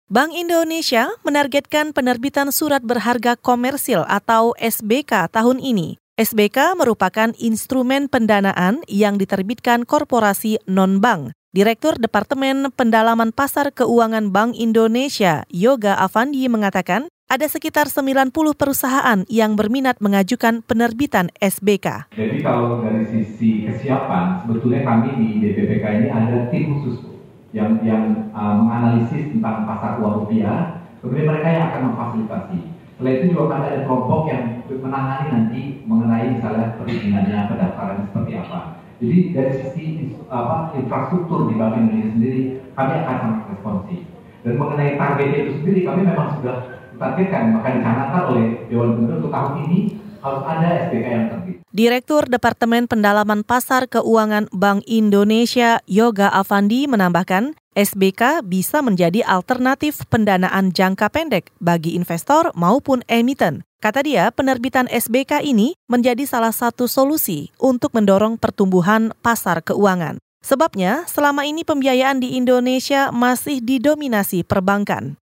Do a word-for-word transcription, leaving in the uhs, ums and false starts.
Bank Indonesia menargetkan penerbitan surat berharga komersil atau S B K tahun ini. S B K merupakan instrumen pendanaan yang diterbitkan korporasi non-bank. Direktur Departemen Pendalaman Pasar Keuangan Bank Indonesia, Yoga Afandi, mengatakan ada sekitar sembilan puluh perusahaan yang berminat mengajukan penerbitan S B K. Jadi kalau dari sisi kesiapan, sebetulnya kami di D P P K ini ada tim khusus yang yang uh, menganalisis tentang pasar uang rupiah, kemudian mereka yang akan memfasilitasi. Setelah itu juga akan ada kelompok yang menangani nanti mengenai misalnya perizinannya, pendaftaran seperti apa. Jadi dari sisi apa, infrastruktur di Bank Indonesia sendiri, kami akan sangat responsif. Dan mengenai targetnya itu sendiri, kami memang sudah ditargetkan, maka dicanangkan oleh Dewan Gubernur untuk tahun ini harus ada S B K yang terbit. Direktur Departemen Pendalaman Pasar Keuangan Bank Indonesia, Yoga Afandi, menambahkan S B K bisa menjadi alternatif pendanaan jangka pendek bagi investor maupun emiten. Kata dia, penerbitan S B K ini menjadi salah satu solusi untuk mendorong pertumbuhan pasar keuangan. Sebabnya, selama ini pembiayaan di Indonesia masih didominasi perbankan.